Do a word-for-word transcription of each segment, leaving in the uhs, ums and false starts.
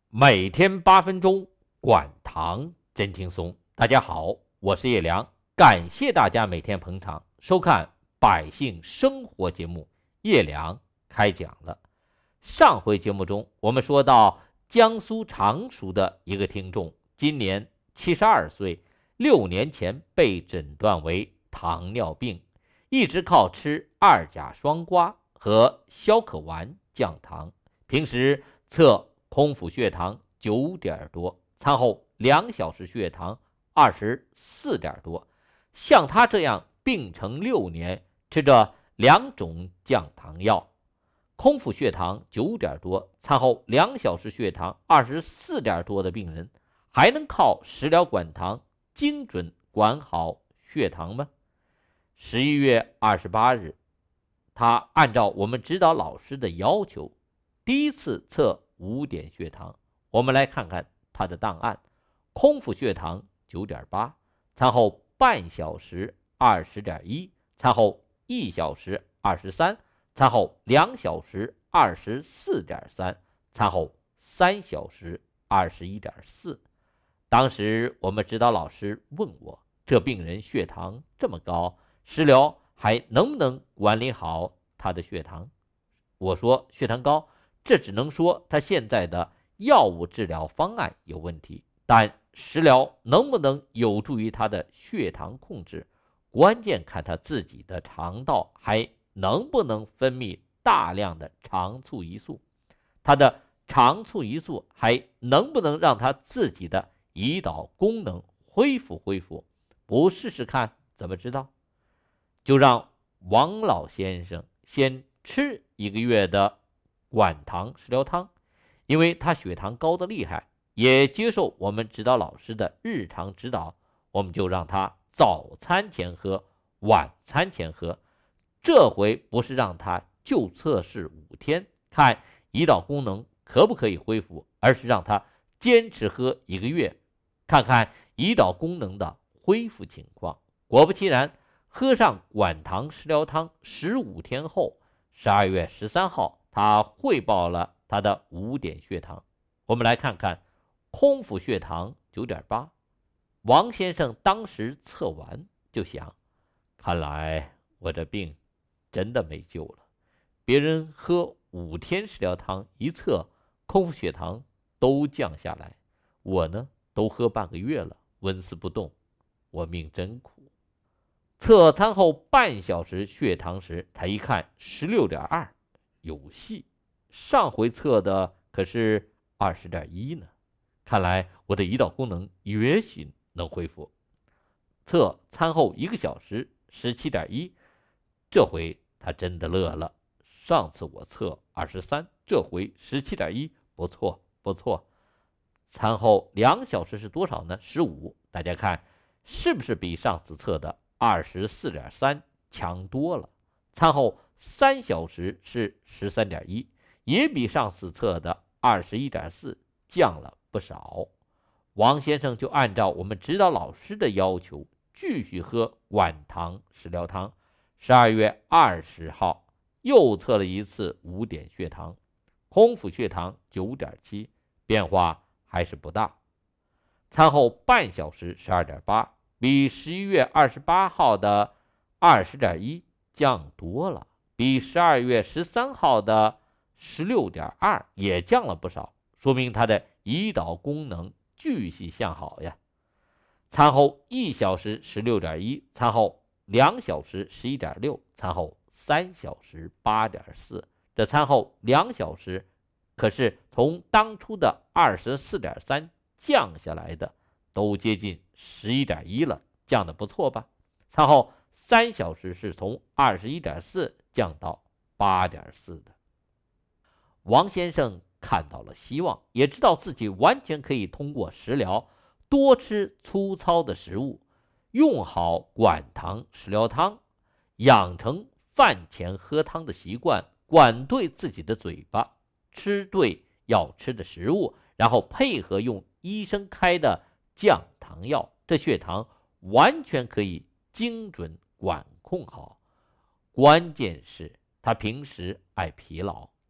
每天八分钟，管糖真轻松。大家好，我是叶良，感谢大家每天捧场收看百姓生活节目。叶良开讲了。上回节目中，我们说到江苏常熟的一个听众，今年七十二岁，六年前被诊断为糖尿病，一直靠吃二甲双胍和消渴丸降糖，平时测空腹血糖九点多，餐后两小时血糖二十四点多。像他这样病程六年，吃着两种降糖药，空腹血糖九点多，餐后两小时血糖二十四点多的病人，还能靠食疗管糖精准管好血糖吗？十一月二十八日，他按照我们指导老师的要求，第一次测五点血糖。我们来看看他的档案：空腹血糖九点八，餐后半小时二十点一，餐后一小时二十三，餐后两小时二十四点三，餐后三小时二十一点四。当时我们指导老师问我，这病人血糖这么高，食疗还能不能管理好他的血糖？我说血糖高，这只能说他现在的药物治疗方案有问题，但食疗能不能有助于他的血糖控制，关键看他自己的肠道还能不能分泌大量的肠促胰素，他的肠促胰素还能不能让他自己的胰岛功能恢复恢复，不试试看怎么知道？就让王老先生先吃一个月的管糖食疗汤，因为他血糖高的厉害，也接受我们指导老师的日常指导，我们就让他早餐前喝，晚餐前喝。这回不是让他就测试五天，看胰岛功能可不可以恢复，而是让他坚持喝一个月，看看胰岛功能的恢复情况。果不其然，喝上管糖食疗汤十五天后，十二月十三号，他汇报了他的五点血糖。我们来看看空腹血糖九点八。王先生当时测完就想，看来我这病真的没救了。别人喝五天食疗汤一测，空腹血糖都降下来，我呢都喝半个月了，纹丝不动，我命真苦。测餐后半小时血糖时，他一看 十六点二， 有戏，上回测的可是 二十点一 呢，看来我的胰岛功能也许能恢复。测餐后一个小时 十七点一， 这回他真的乐了，上次我测二十三，这回 十七点一， 不错不错。餐后两小时是多少呢？十五，大家看是不是比上次测的 二十四点三 强多了？餐后三小时是 十三点一， 也比上次测的 二十一点四 降了不少。王先生就按照我们指导老师的要求，继续喝管糖食疗汤。十二月二十号又测了一次五点血糖，空腹血糖 九点七， 变化还是不大。餐后半小时 十二点八， 比十一月二十八号的 二十点一 降多了，比十二月十三号的 十六点二 也降了不少，说明他的胰岛功能继续向好呀。餐后一小时 十六点一， 餐后两小时 十一点六， 餐后三小时 八点四， 这餐后两小时可是从当初的 二十四点三 降下来的，都接近 十一点一 了，降得不错吧？餐后三小时是从 二十一点四 降到 八点四 的。王先生看到了希望，也知道自己完全可以通过食疗多吃粗糙的食物，用好管糖食疗汤，养成饭前喝汤的习惯，管对自己的嘴巴，吃对要吃的食物，然后配合用医生开的降糖药，这血糖完全可以精准管控好。关键是他平时爱疲劳，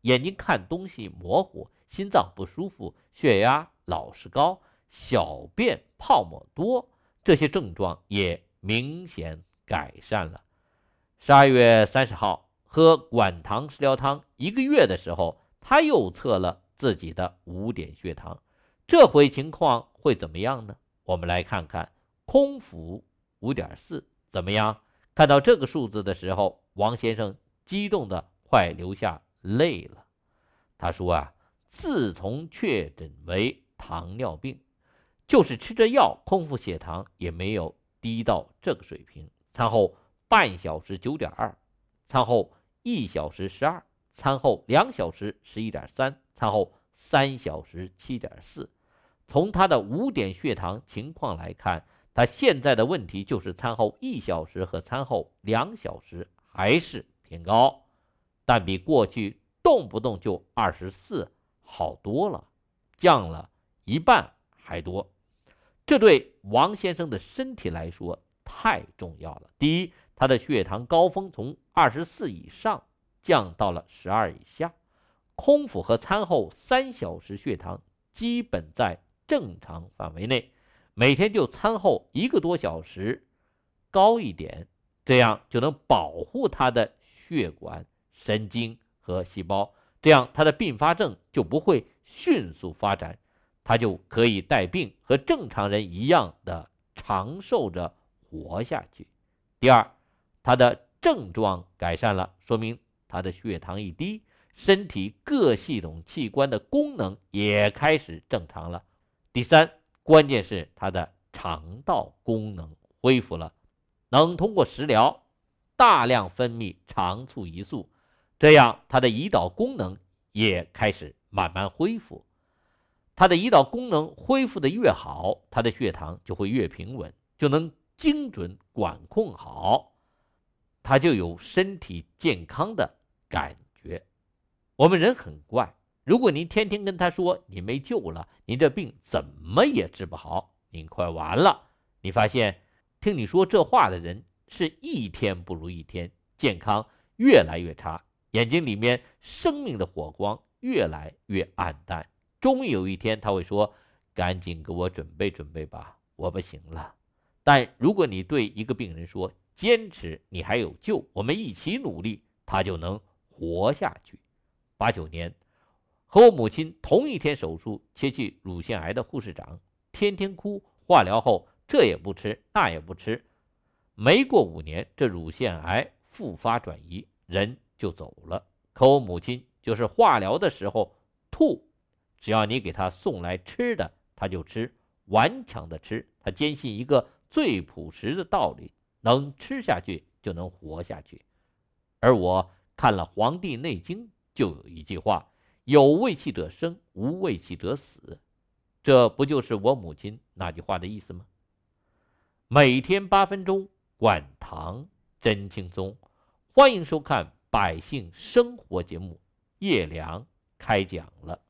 眼睛看东西模糊，心脏不舒服，血压老是高，小便泡沫多，这些症状也明显改善了。十二月三十号喝管糖食疗汤一个月的时候，他又测了自己的五点血糖，这回情况会怎么样呢？我们来看看空腹 五点四 怎么样。看到这个数字的时候，王先生激动的快流下泪了。他说啊，自从确诊为糖尿病，就是吃着药，空腹血糖也没有低到这个水平。餐后半小时 九点二， 餐后一小时 十二， 餐后两小时 十一点三， 餐后三小时 七点四。 从他的五点血糖情况来看，他现在的问题就是餐后一小时和餐后两小时还是偏高，但比过去动不动就二十四好多了，降了一半还多。这对王先生的身体来说太重要了。第一，他的血糖高峰从二十四以上降到了十二以下，空腹和餐后三小时血糖基本在正常范围内，每天就餐后一个多小时高一点，这样就能保护他的血管、神经和细胞，这样他的并发症就不会迅速发展，他就可以带病和正常人一样的长寿着活下去。第二，他的症状改善了，说明他的血糖一低，身体各系统器官的功能也开始正常了。第三，关键是他的肠道功能恢复了，能通过食疗大量分泌肠促胰素，这样他的胰岛功能也开始慢慢恢复。他的胰岛功能恢复的越好，他的血糖就会越平稳，就能精准管控好，他就有身体健康的感觉。我们人很怪，如果您天天跟他说你没救了，您这病怎么也治不好，您快完了。你发现听你说这话的人是一天不如一天，健康越来越差，眼睛里面生命的火光越来越暗淡。终于有一天他会说，赶紧给我准备准备吧，我不行了。但如果你对一个病人说，坚持，你还有救，我们一起努力，他就能活下去。八九年和我母亲同一天手术切去乳腺癌的护士长天天哭，化疗后这也不吃那也不吃，没过五年，这乳腺癌复发转移，人就走了。可我母亲就是化疗的时候吐，只要你给他送来吃的他就吃，顽强的吃。他坚信一个最朴实的道理，能吃下去就能活下去。而我看了《黄帝内经》，就有一句话，有胃气者生，无胃气者死。这不就是我母亲那句话的意思吗？每天八分钟，管糖真轻松。欢迎收看百姓生活节目，叶良开讲了。